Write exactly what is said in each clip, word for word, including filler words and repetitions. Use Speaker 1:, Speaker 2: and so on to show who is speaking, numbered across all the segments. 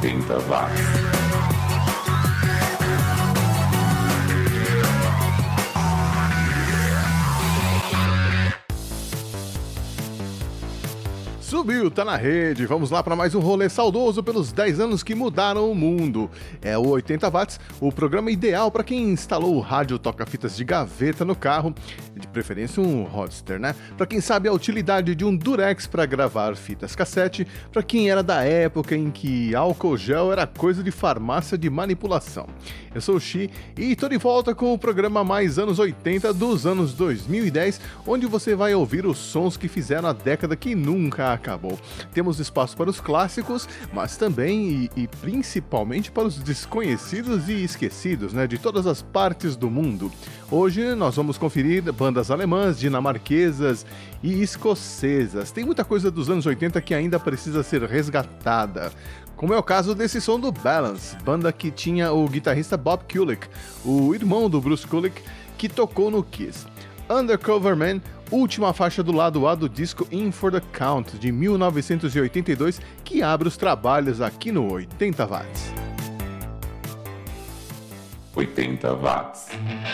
Speaker 1: oitenta watts.
Speaker 2: Subiu, tá na rede. Vamos lá para mais um rolê saudoso pelos dez anos que mudaram o mundo. É o oitenta watts, o programa ideal para quem instalou o rádio toca-fitas de gaveta no carro, de preferência um Roadster, né? Para quem sabe a utilidade de um Durex para gravar fitas cassete, para quem era da época em que álcool gel era coisa de farmácia de manipulação. Eu sou o Xi e tô de volta com o programa mais anos oitenta dos anos dois mil e dez, onde você vai ouvir os sons que fizeram a década que nunca acabou. Temos espaço para os clássicos, mas também e, e principalmente para os desconhecidos e esquecidos, né, de todas as partes do mundo. Hoje nós vamos conferir bandas alemãs, dinamarquesas e escocesas. Tem muita coisa dos anos oitenta que ainda precisa ser resgatada, como é o caso desse som do Balance, banda que tinha o guitarrista Bob Kulick, o irmão do Bruce Kulick, que tocou no Kiss. Undercover Man, última faixa do lado A do disco In For The Count, de mil novecentos e oitenta e dois, que abre os trabalhos aqui no oitenta watts.
Speaker 1: oitenta watts.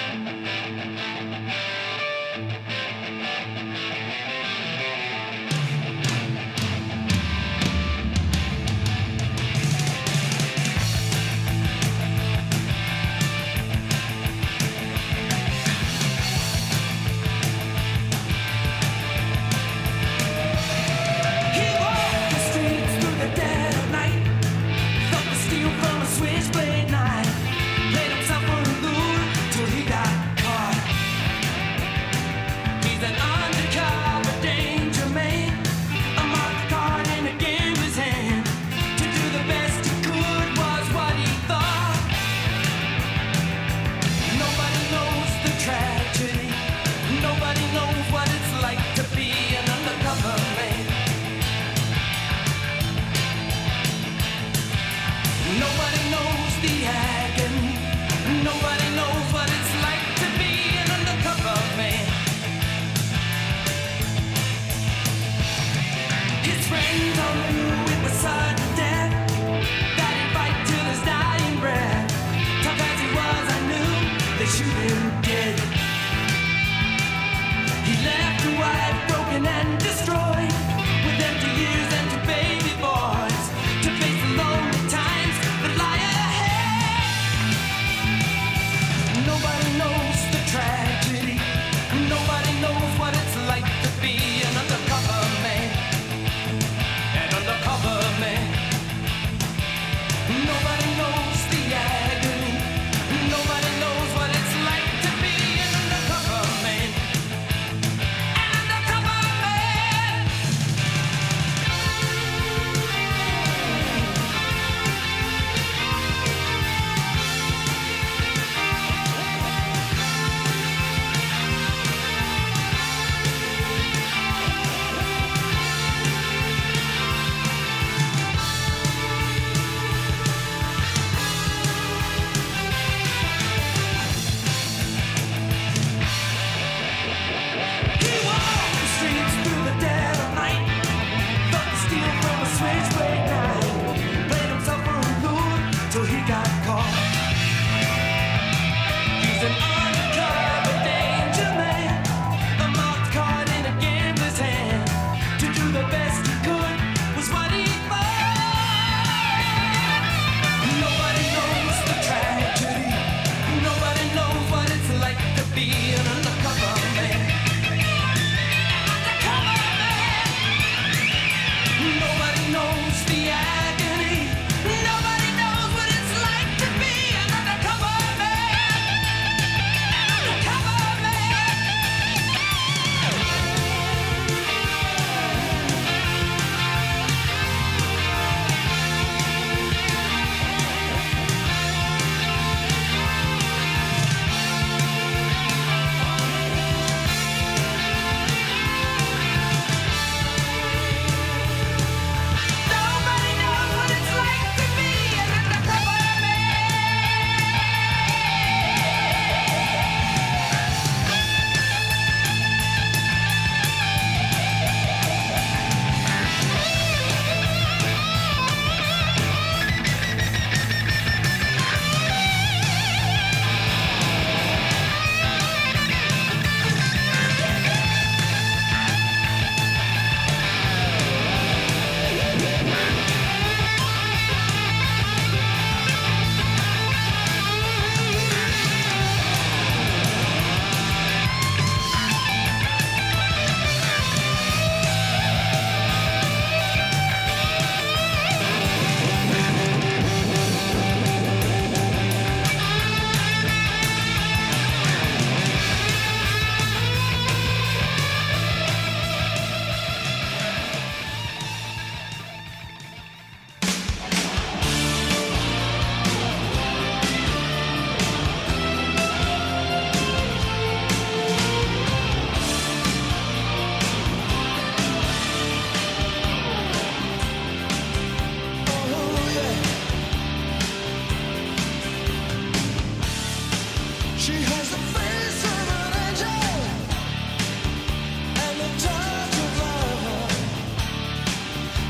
Speaker 3: Switchblade knife, played himself for a lure till he got man.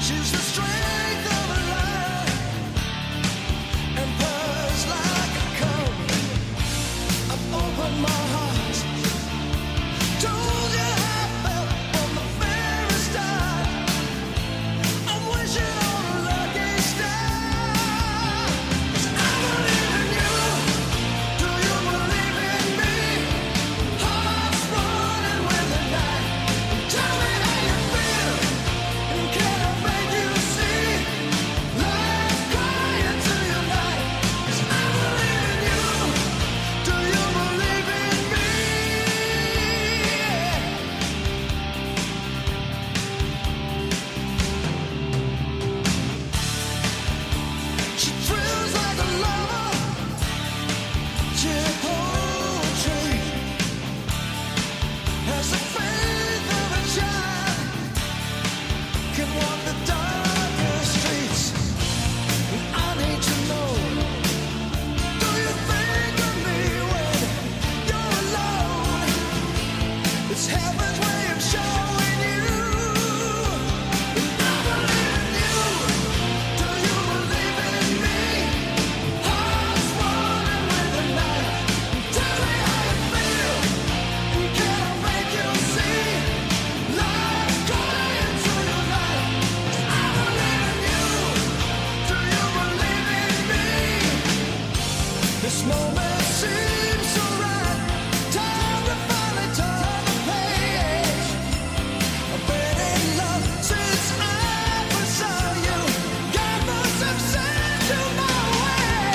Speaker 3: She's the strength of a lion and purrs like a comb. I've opened my heart, told you how I felt on the very start. I'm wishing on a lucky star. 'Cause I believe in you. Do you believe in me? Heart's running with the night. Tell me how you feel, and can I make you see life crying to your night? 'Cause I believe in you. Do you believe in me? She thrills like a lover, she poetry, has the faith of a child, can walk the darkest streets. And I need to know, do you think of me when you're alone? It's heaven's way of showing you. And I believe in you. Do you believe in me? Heart's running with the night. Tell me how you feel, and can I make you see life crying to your night? 'Cause I believe in you. Do you believe in me? This moment seems so right. Time to finally turn the page. I've been in love since I first saw you. God must have sent you my way.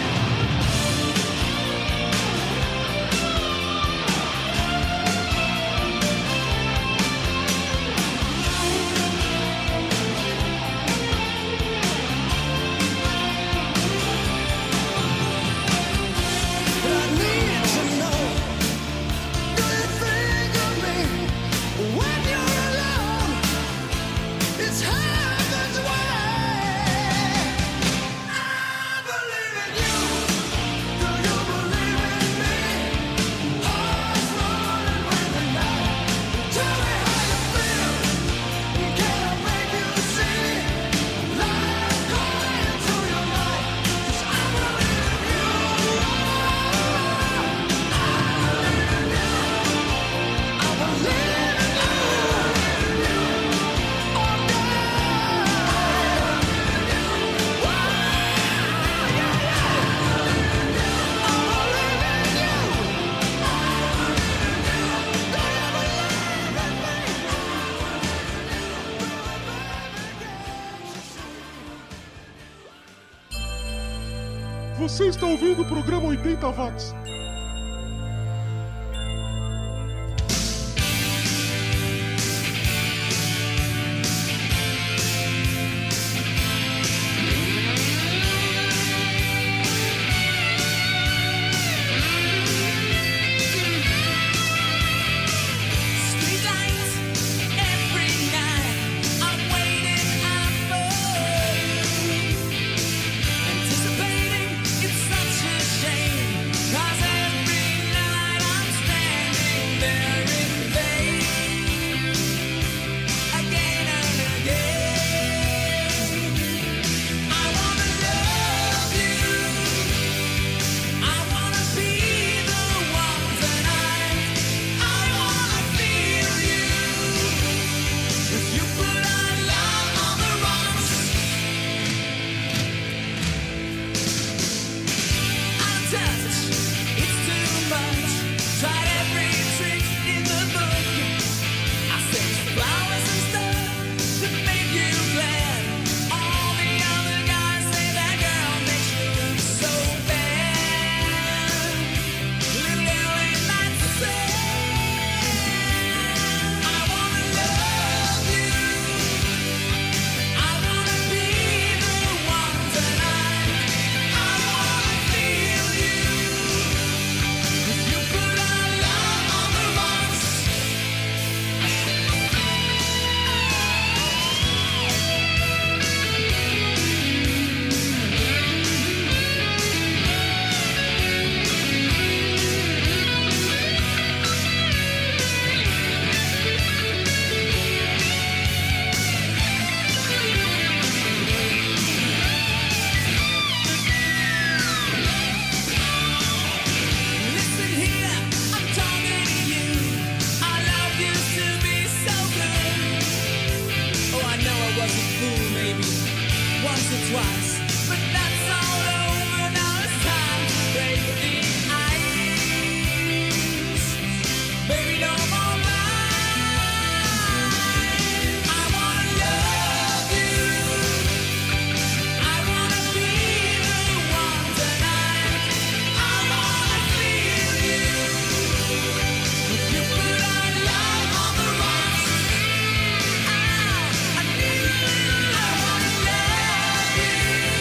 Speaker 3: But I need to know, do you think of me when you're alone? It's heaven's way. I believe in you. Do you believe in me? Heart's running with the night. Tell me how you feel, and can I make you see life crying to your night? 'Cause I believe in you. I believe in you. Oh,
Speaker 4: Você está ouvindo o programa oitenta watts.
Speaker 3: Street lights every night. I'm waiting out for anticipating. It's such a shame, 'cause I
Speaker 5: was a fool maybe once or twice, but that's all over now. It's time to break the ice. Baby, no more lies. I wanna love you. I wanna be the one tonight. I wanna feel you. You put our love on the rocks. I need you. I wanna love you.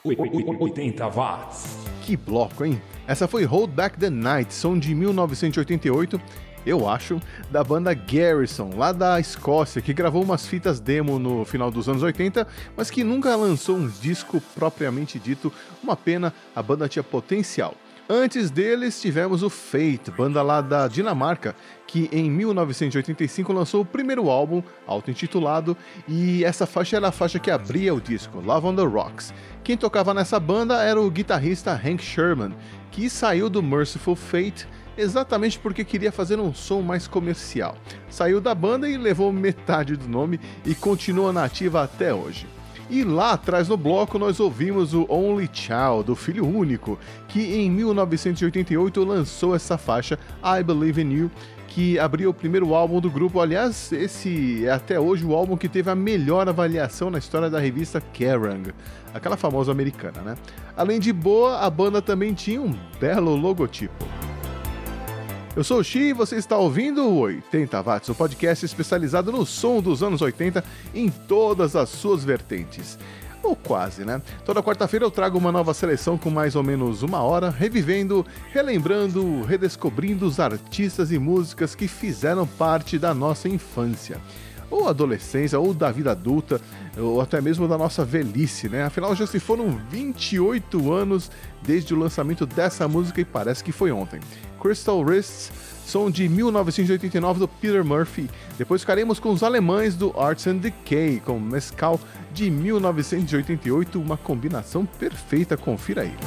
Speaker 1: oitenta watts.
Speaker 2: Que bloco, hein? Essa foi Hold Back the Night, som de mil novecentos e oitenta e oito, eu acho, da banda Garrison, lá da Escócia, que gravou umas fitas demo no final dos anos oitenta, mas que nunca lançou um disco propriamente dito. Uma pena, a banda tinha potencial. Antes deles tivemos o Fate, banda lá da Dinamarca, que em mil novecentos e oitenta e cinco lançou o primeiro álbum, auto-intitulado, e essa faixa era a faixa que abria o disco, Love on the Rocks. Quem tocava nessa banda era o guitarrista Hank Sherman, que saiu do Merciful Fate exatamente porque queria fazer um som mais comercial. Saiu da banda e levou metade do nome e continua na ativa até hoje. E lá atrás no bloco nós ouvimos o Only Child, o Filho Único, que em mil novecentos e oitenta e oito lançou essa faixa, I Believe in You, que abriu o primeiro álbum do grupo. Aliás, esse é até hoje o álbum que teve a melhor avaliação na história da revista Kerrang, aquela famosa americana, né? Além de boa, a banda também tinha um belo logotipo. Eu sou o Xi e você está ouvindo o oitenta watts, o podcast especializado no som dos anos oitenta em todas as suas vertentes. Ou quase, né? Toda quarta-feira eu trago uma nova seleção com mais ou menos uma hora, revivendo, relembrando, redescobrindo os artistas e músicas que fizeram parte da nossa infância, ou adolescência, ou da vida adulta, ou até mesmo da nossa velhice, né? Afinal, já se foram vinte e oito anos desde o lançamento dessa música e parece que foi ontem. Crystal Wrists, som de mil novecentos e oitenta e nove do Peter Murphy. Depois ficaremos com os alemães do Arts and Decay, com Mescal de mil novecentos e oitenta e oito, uma combinação perfeita, confira aí.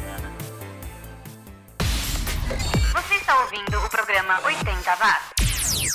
Speaker 6: Você está ouvindo o programa oitenta watts.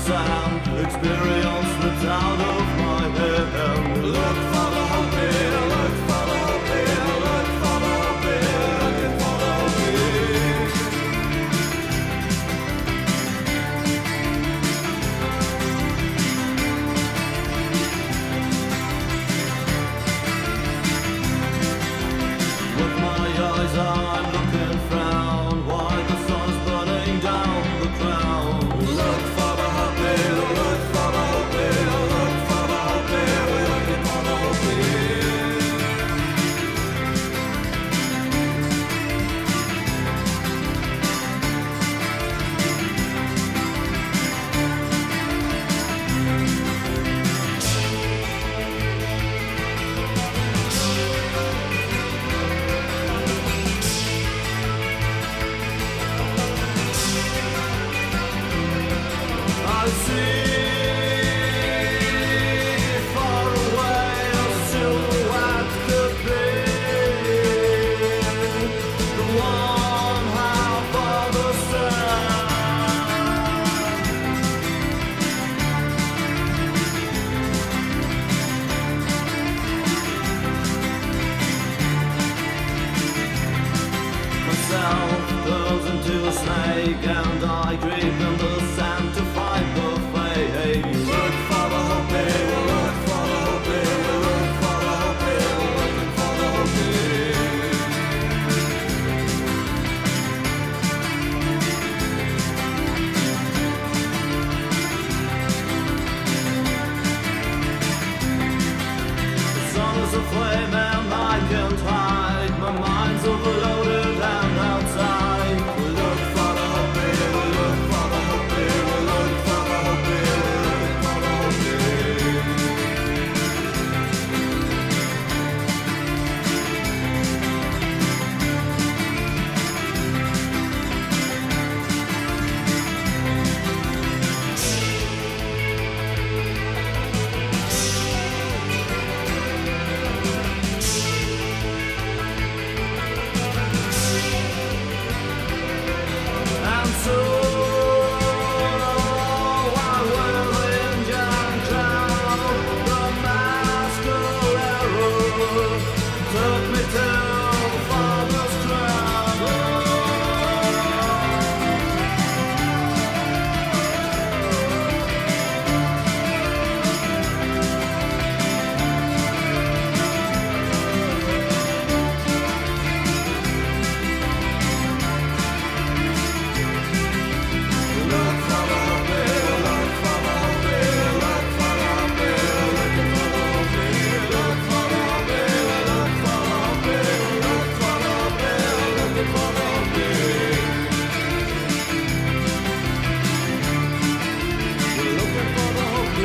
Speaker 7: sound, experience that's out of my head. Look for the hope here, look for the hope here, look for the hope here, looking for the hope here. With my eyes I'm looking frown, why the sun's burning down the crown. Look for the hope here, look for the hope here, look for the hope here, we're looking for the hope here. I see far away a silhouette could be the one half of the sun. Myself turns into a snake and I creep in the sand to find the fate. Look for the hope here, look for the hope here, look for the hope here, looking for the hope here. The sun is aflame and I can't hide. My mind's overloaded and outside. Look for the hope here, look for the hope here, look for the hope here, look for the hope here. And so I will Indian crown, the masquerade took me to father's crown. Look for the hope here, look for the hope here, look for the hope here, looking for the hope here. Look for the hope here, look for the hope here, look for the hope here, looking for the hope here. Looking for the hope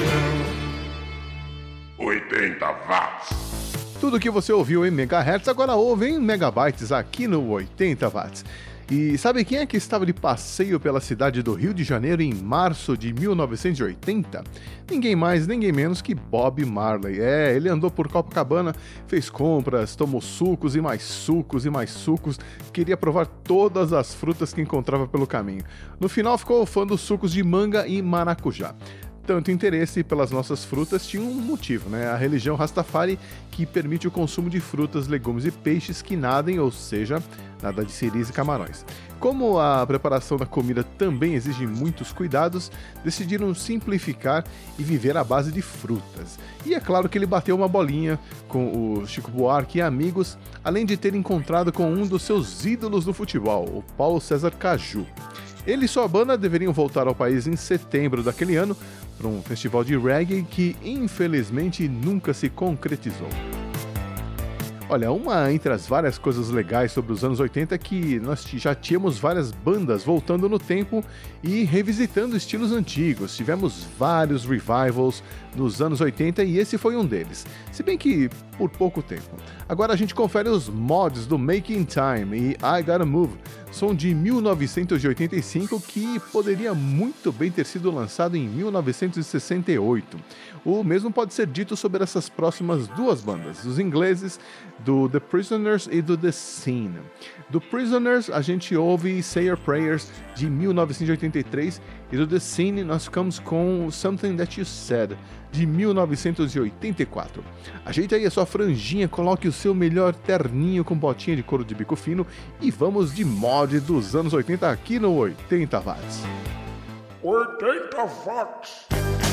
Speaker 7: here.
Speaker 1: oitenta watts.
Speaker 2: Tudo que você ouviu em megahertz agora ouve em megabytes aqui no oitenta watts. E sabe quem é que estava de passeio pela cidade do Rio de Janeiro em março de mil novecentos e oitenta? Ninguém mais, ninguém menos que Bob Marley. É, ele andou por Copacabana, fez compras, tomou sucos e mais sucos e mais sucos, queria provar todas as frutas que encontrava pelo caminho. No final ficou fã dos sucos de manga e maracujá. Tanto interesse pelas nossas frutas tinha um motivo, né? A religião Rastafari, que permite o consumo de frutas, legumes e peixes que nadem, ou seja, nada de siris e camarões. Como a preparação da comida também exige muitos cuidados, decidiram simplificar e viver à base de frutas. E é claro que ele bateu uma bolinha com o Chico Buarque e amigos, além de ter encontrado com um dos seus ídolos do futebol, o Paulo César Caju. Ele e sua banda deveriam voltar ao país em setembro daquele ano para um festival de reggae que, infelizmente, nunca se concretizou. Olha, uma entre as várias coisas legais sobre os anos oitenta é que nós já tínhamos várias bandas voltando no tempo e revisitando estilos antigos. Tivemos vários revivals nos anos oitenta e esse foi um deles, se bem que por pouco tempo. Agora a gente confere os mods do Making Time e I Gotta Move, som de mil novecentos e oitenta e cinco que poderia muito bem ter sido lançado em mil novecentos e sessenta e oito. O mesmo pode ser dito sobre essas próximas duas bandas, os ingleses do The Prisoners e do The Scene. Do Prisoners a gente ouve Say Your Prayers de mil novecentos e oitenta e três e do The Scene nós ficamos com Something That You Said de mil novecentos e oitenta e quatro. Ajeite aí a sua franjinha, coloque o seu melhor terninho com botinha de couro de bico fino e vamos de mod dos anos oitenta aqui no oitenta watts.
Speaker 4: oitenta watts.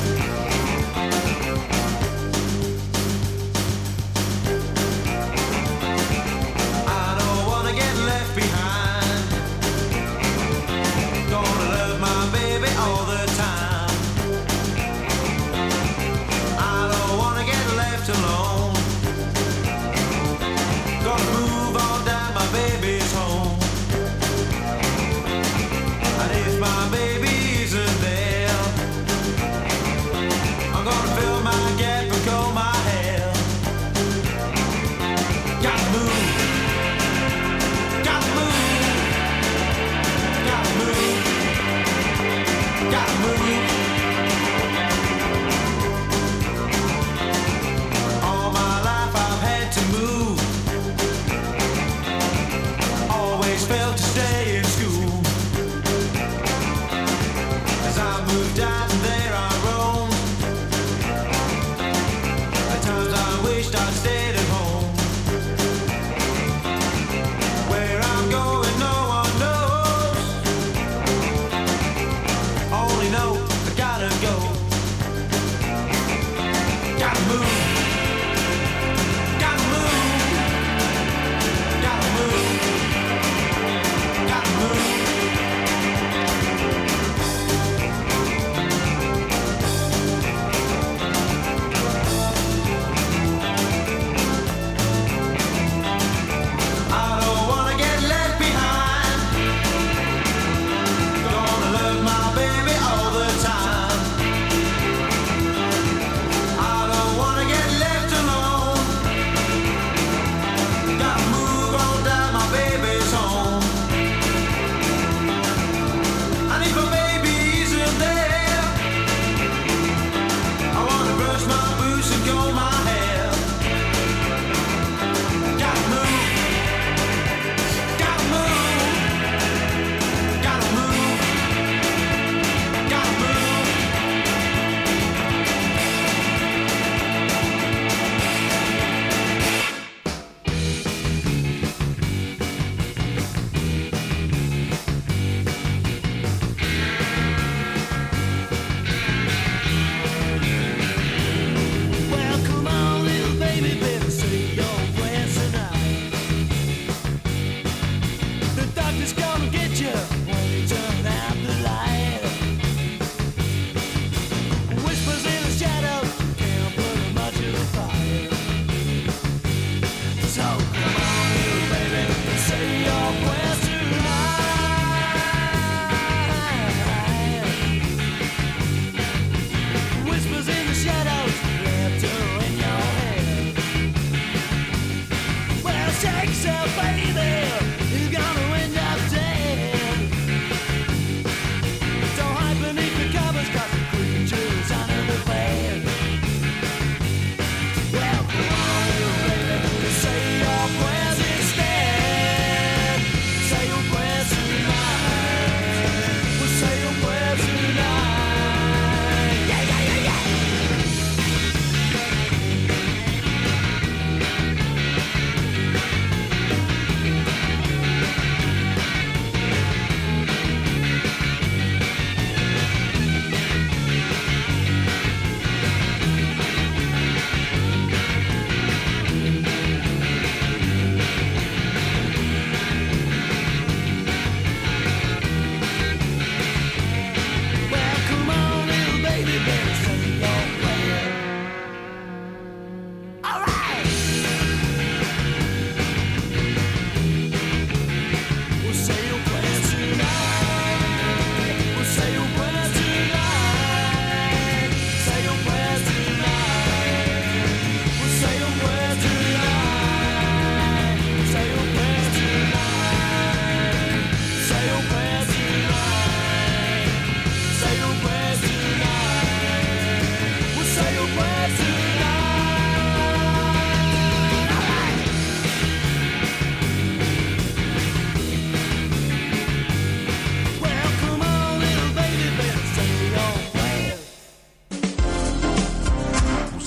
Speaker 7: I don't wanna get left behind. Gonna love my baby all the time. I don't wanna get left alone. Gonna move on down, my baby's home. And if my baby isn't there, I'm gonna fill my gap and comb my hair. Gotta move. Gotta move.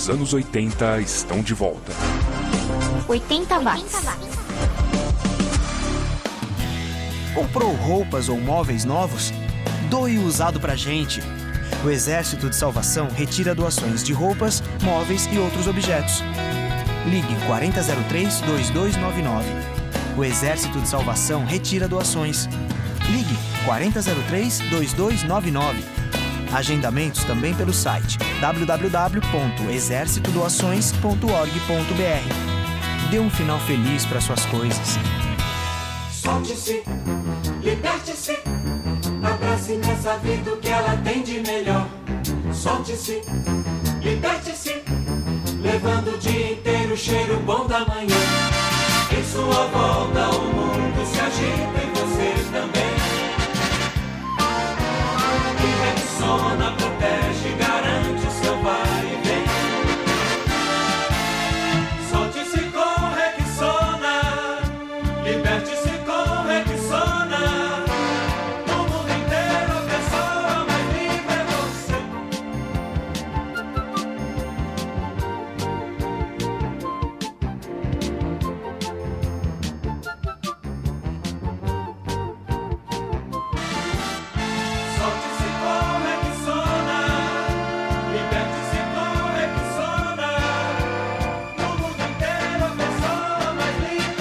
Speaker 1: Os anos oitenta estão de volta.
Speaker 8: oitenta watts.
Speaker 9: Comprou roupas ou móveis novos? Doe o usado pra gente. O Exército de Salvação retira doações de roupas, móveis e outros objetos. Ligue quarenta zero três, dois dois nove nove. O Exército de Salvação retira doações. Ligue quarenta zero três, dois dois nove nove. Agendamentos também pelo site w w w ponto exército doações ponto org ponto b r. Dê um final feliz para suas coisas.
Speaker 7: Solte-se, liberte-se, abrace nessa vida o que ela tem de melhor. Solte-se, liberte-se, levando o dia inteiro o cheiro bom da manhã. Em sua volta o mundo se agita e você também. E Rexona protege e garante o seu vai e vem. Solte-se com Rexona, liberte-se com Rexona. No mundo inteiro a pessoa mais livre é você. Solte-se com Rexona, liberte-se com Rexona. No mundo inteiro a pessoa mais livre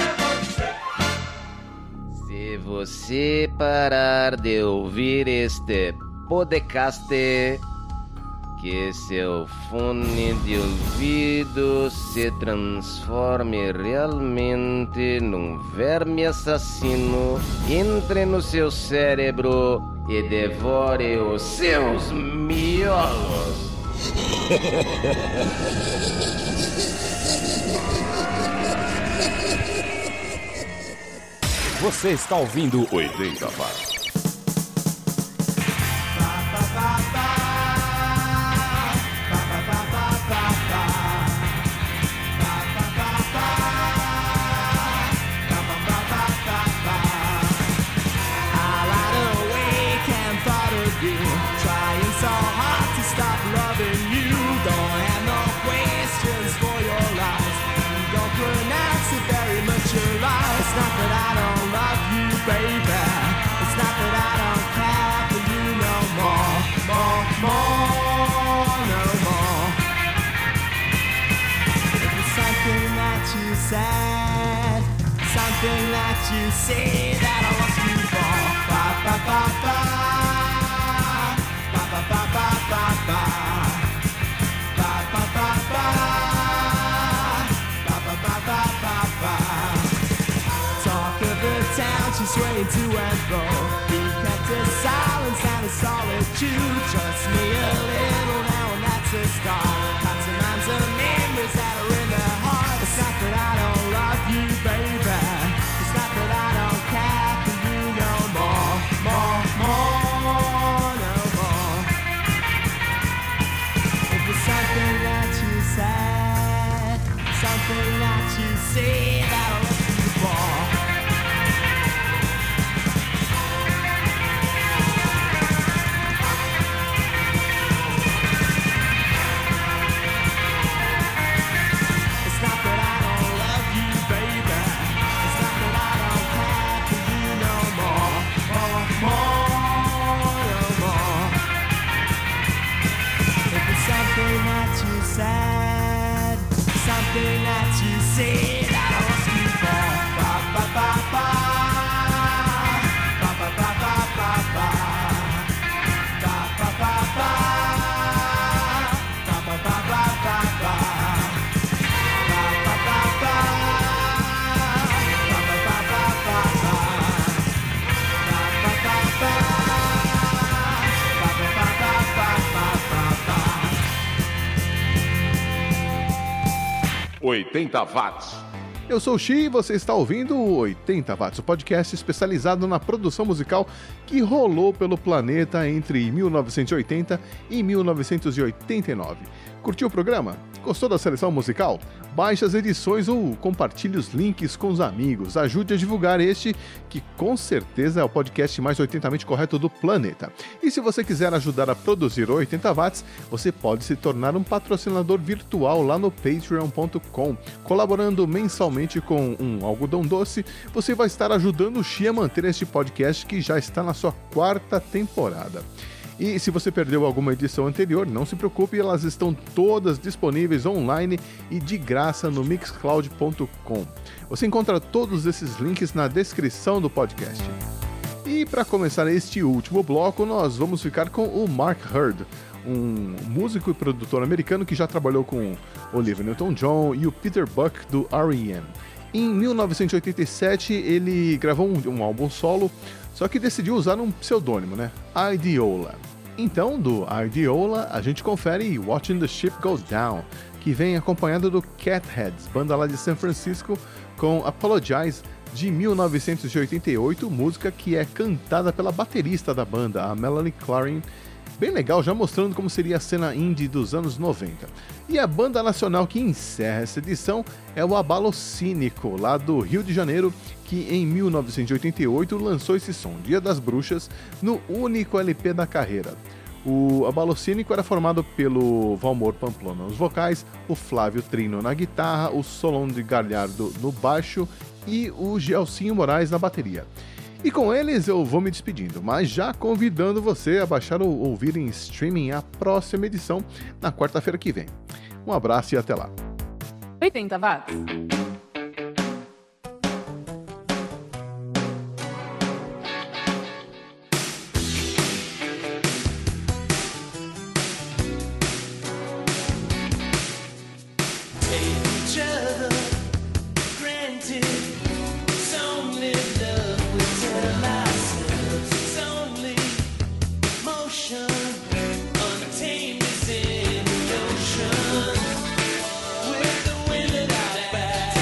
Speaker 7: é você.
Speaker 10: Se você parar de ouvir este podcast, que seu fone de ouvido se transforme realmente num verme assassino, entre no seu cérebro e devore os seus miolos.
Speaker 1: Você está ouvindo oitenta watts.
Speaker 7: I lied awake and thought of you, trying so hard to stop loving you. Don't have no questions for your lies. You don't pronounce it very much alive. It's not that I don't love you, baby. It's not that I don't care for you no more, more, more, no more. It was something that you said, something that you say that I lost you for. Ba ba ba ba, ba ba ba ba ba ba, ba ba ba ba, ba ba ba ba ba ba. Talk of the town, she's swaying to and fro. He kept his silence and his solitude. Trust me a little now, and that's a start. Lots of minds and memories that are in their heart. It's not that I don't love you, baby. It's not that I don't care for you no more, more, more, no more. It was something that you said, something that you say that I left you for. It's not that I don't love you, baby. It's not that I don't care for you no more, more, more, no more. It was something that you said, something that you say that I lost you for. Ba ba ba ba, ba ba ba ba ba ba, ba ba ba ba, ba ba ba ba ba ba.
Speaker 1: oitenta watts.
Speaker 2: Eu sou o Xi e você está ouvindo o oitenta watts, o podcast especializado na produção musical que rolou pelo planeta entre mil novecentos e oitenta e mil novecentos e oitenta e nove. Curtiu o programa? Gostou da seleção musical? Baixe as edições ou compartilhe os links com os amigos. Ajude a divulgar este, que com certeza é o podcast mais oitentamente correto do planeta. E se você quiser ajudar a produzir o oitenta watts, você pode se tornar um patrocinador virtual lá no patreon ponto com. Colaborando mensalmente com um algodão doce, você vai estar ajudando o Xi a manter este podcast que já está na sua quarta temporada. E se você perdeu alguma edição anterior, não se preocupe, elas estão todas disponíveis online e de graça no mixcloud ponto com. Você encontra todos esses links na descrição do podcast. E para começar este último bloco, nós vamos ficar com o Mark Hurd, um músico e produtor americano que já trabalhou com Olivia Newton-John e o Peter Buck do R E M. Em mil novecentos e oitenta e sete, ele gravou um, um álbum solo, só que decidiu usar um pseudônimo, né? Ideola. Então, do Ideola, a gente confere Watching the Ship Go Down, que vem acompanhado do Catheads, banda lá de São Francisco, com Apologize, de mil novecentos e oitenta e oito, música que é cantada pela baterista da banda, a Melanie Clarin. Bem legal, já mostrando como seria a cena indie dos anos noventa. E a banda nacional que encerra essa edição é o Abalo Cínico, lá do Rio de Janeiro, que em mil novecentos e oitenta e oito lançou esse som, Dia das Bruxas, no único L P da carreira. O Abalo Cínico era formado pelo Valmor Pamplona nos vocais, o Flávio Trino na guitarra, o Solon de Galhardo no baixo e o Gelsinho Moraes na bateria. E com eles eu vou me despedindo, mas já convidando você a baixar ou ouvir em streaming a próxima edição na quarta-feira que vem. Um abraço e até lá.
Speaker 11: oitenta watts.
Speaker 5: Untamed is in the ocean with the wind at our back.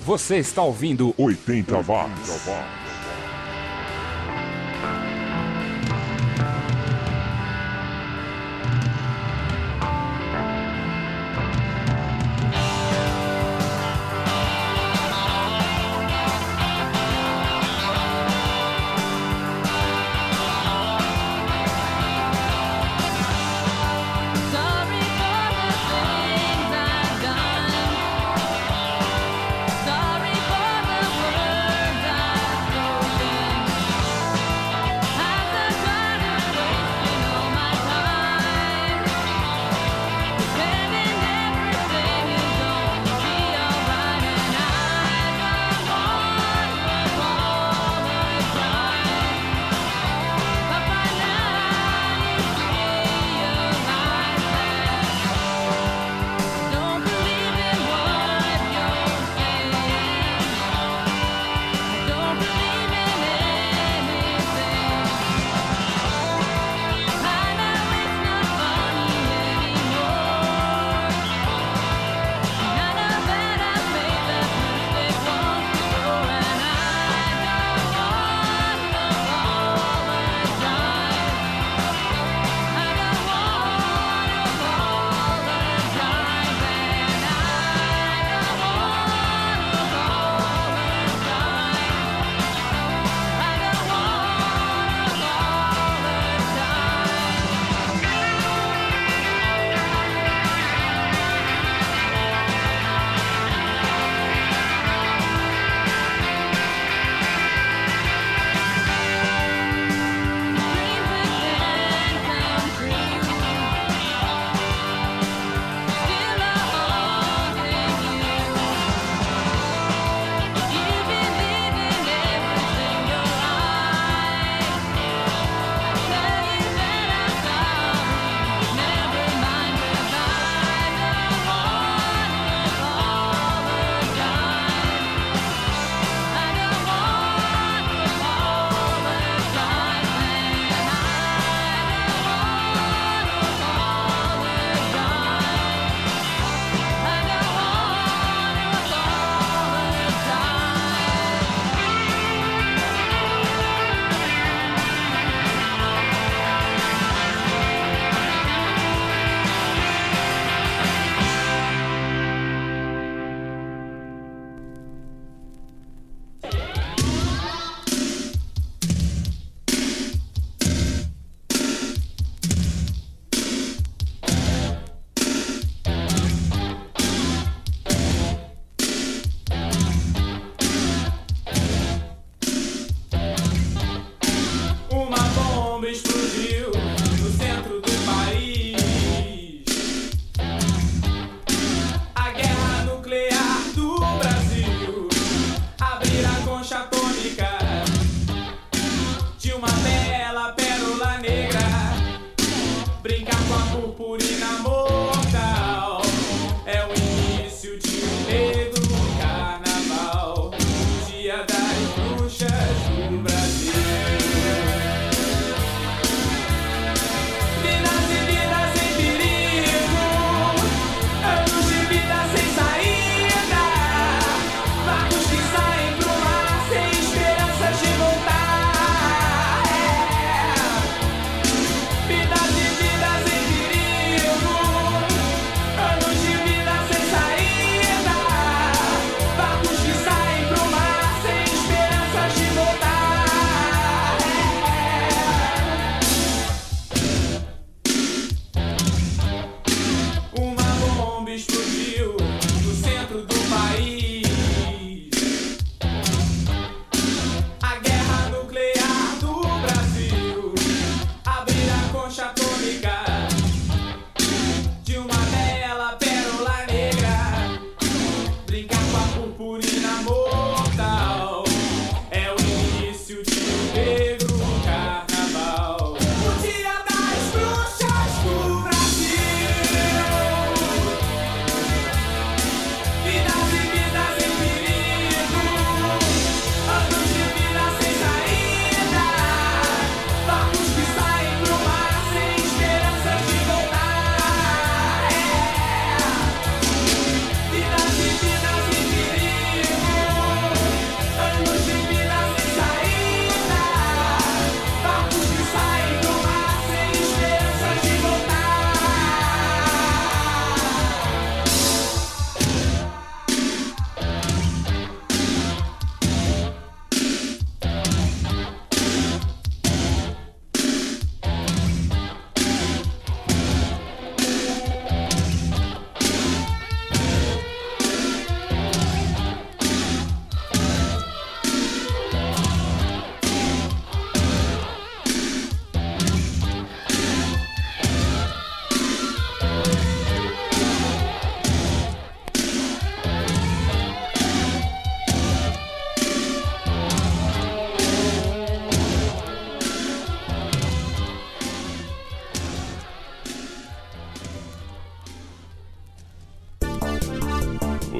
Speaker 1: Você está ouvindo oitenta watts.
Speaker 5: Sorry for the things I've done. Sorry for the words I've spoken.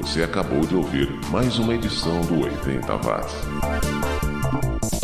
Speaker 12: Você acabou de ouvir mais uma edição do oitenta watts.